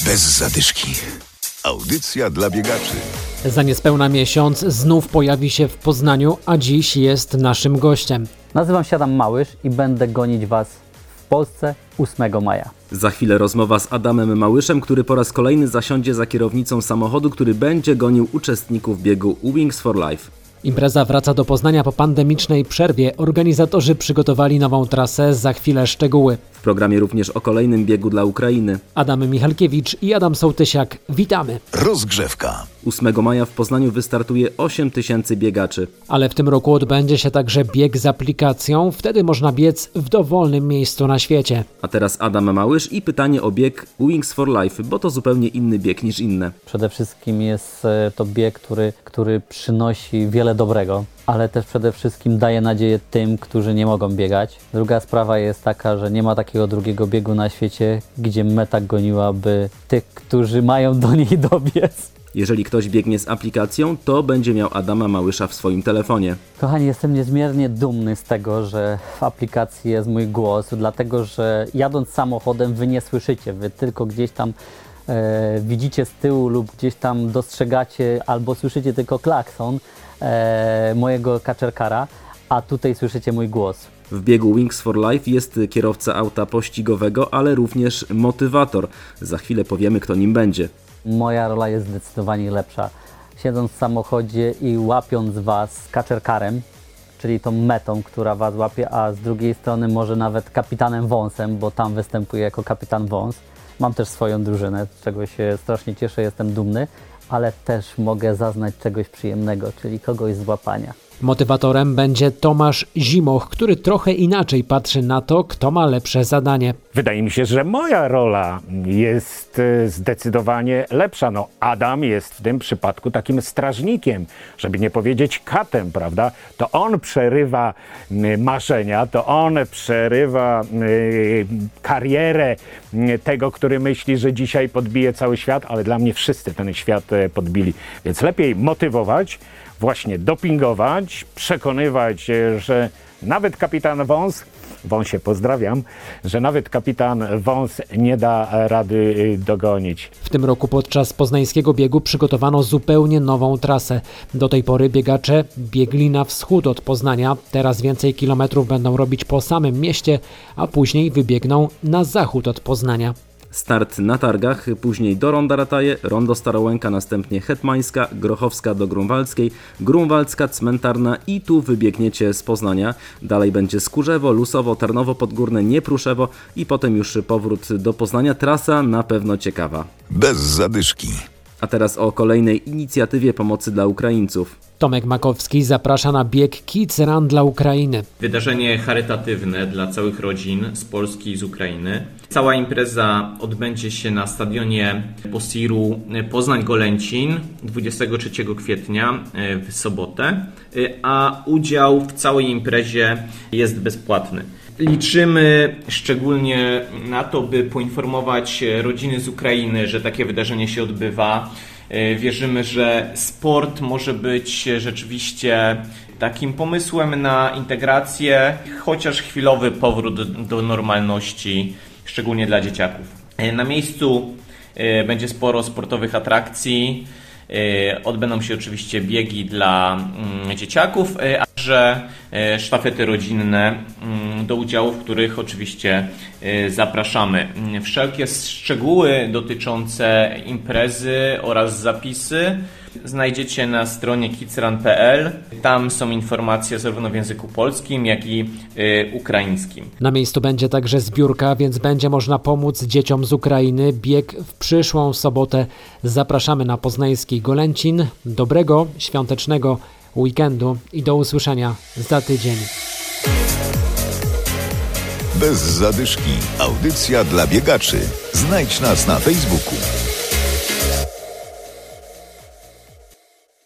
Bez zadyszki. Audycja dla biegaczy. Za niespełna miesiąc znów pojawi się w Poznaniu, a dziś jest naszym gościem. Nazywam się Adam Małysz i będę gonić Was w Polsce 8 maja. Za chwilę rozmowa z Adamem Małyszem, który po raz kolejny zasiądzie za kierownicą samochodu, który będzie gonił uczestników biegu Wings for Life. Impreza wraca do Poznania po pandemicznej przerwie. Organizatorzy przygotowali nową trasę, za chwilę szczegóły. W programie również o kolejnym biegu dla Ukrainy. Adam Michalkiewicz i Adam Sołtysiak, witamy. Rozgrzewka. 8 maja w Poznaniu wystartuje 8 000 biegaczy. Ale w tym roku odbędzie się także bieg z aplikacją. Wtedy można biec w dowolnym miejscu na świecie. A teraz Adam Małysz i pytanie o bieg Wings for Life, bo to zupełnie inny bieg niż inne. Przede wszystkim jest to bieg, który przynosi wiele dobrego, ale też przede wszystkim daje nadzieję tym, którzy nie mogą biegać. Druga sprawa jest taka, że nie ma takiego drugiego biegu na świecie, gdzie meta goniłaby tych, którzy mają do niej dobiec. Jeżeli ktoś biegnie z aplikacją, to będzie miał Adama Małysza w swoim telefonie. Kochani, jestem niezmiernie dumny z tego, że w aplikacji jest mój głos, dlatego że jadąc samochodem wy nie słyszycie, wy tylko gdzieś tam widzicie z tyłu lub gdzieś tam dostrzegacie albo słyszycie tylko klakson mojego kaczerkara, a tutaj słyszycie mój głos. W biegu Wings for Life jest kierowca auta pościgowego, ale również motywator. Za chwilę powiemy, kto nim będzie. Moja rola jest zdecydowanie lepsza. Siedząc w samochodzie i łapiąc Was kaczerkarem, czyli tą metą, która Was łapie, a z drugiej strony może nawet kapitanem Wąsem, bo tam występuję jako kapitan Wąs. Mam też swoją drużynę, z czego się strasznie cieszę, jestem dumny, ale też mogę zaznać czegoś przyjemnego, czyli kogoś z łapania. Motywatorem będzie Tomasz Zimoch, który trochę inaczej patrzy na to, kto ma lepsze zadanie. Wydaje mi się, że moja rola jest zdecydowanie lepsza. No, Adam jest w tym przypadku takim strażnikiem, żeby nie powiedzieć katem, prawda? To on przerywa marzenia, to on przerywa karierę tego, który myśli, że dzisiaj podbije cały świat, ale dla mnie wszyscy ten świat podbili. Więc lepiej motywować, właśnie dopingować, przekonywać, że nawet kapitan Wąsie pozdrawiam, że nawet kapitan Wąs nie da rady dogonić. W tym roku podczas poznańskiego biegu przygotowano zupełnie nową trasę. Do tej pory biegacze biegli na wschód od Poznania. Teraz więcej kilometrów będą robić po samym mieście, a później wybiegną na zachód od Poznania. Start na targach, później do Ronda Rataje, Rondo Starołęka, następnie Hetmańska, Grochowska do Grunwaldzkiej, Grunwaldzka, Cmentarna i tu wybiegniecie z Poznania. Dalej będzie Skórzewo, Lusowo, Tarnowo Podgórne, Niepruszewo i potem już powrót do Poznania. Trasa na pewno ciekawa. Bez zadyszki. A teraz o kolejnej inicjatywie pomocy dla Ukraińców. Tomek Makowski zaprasza na bieg Kids Run dla Ukrainy. Wydarzenie charytatywne dla całych rodzin z Polski i z Ukrainy. Cała impreza odbędzie się na stadionie Posiru Poznań-Golęcin 23 kwietnia w sobotę, a udział w całej imprezie jest bezpłatny. Liczymy szczególnie na to, by poinformować rodziny z Ukrainy, że takie wydarzenie się odbywa. Wierzymy, że sport może być rzeczywiście takim pomysłem na integrację, chociaż chwilowy powrót do normalności, szczególnie dla dzieciaków. Na miejscu będzie sporo sportowych atrakcji. Odbędą się oczywiście biegi dla dzieciaków, a także sztafety rodzinne do udziału, w których oczywiście zapraszamy. Wszelkie szczegóły dotyczące imprezy oraz zapisy znajdziecie na stronie kidsrun.pl. Tam są informacje zarówno w języku polskim, jak i ukraińskim. Na miejscu będzie także zbiórka, więc będzie można pomóc dzieciom z Ukrainy. Bieg w przyszłą sobotę. Zapraszamy na poznański Golęcin. Dobrego, świątecznego weekendu i do usłyszenia za tydzień. Bez zadyszki. Audycja dla biegaczy. Znajdź nas na Facebooku.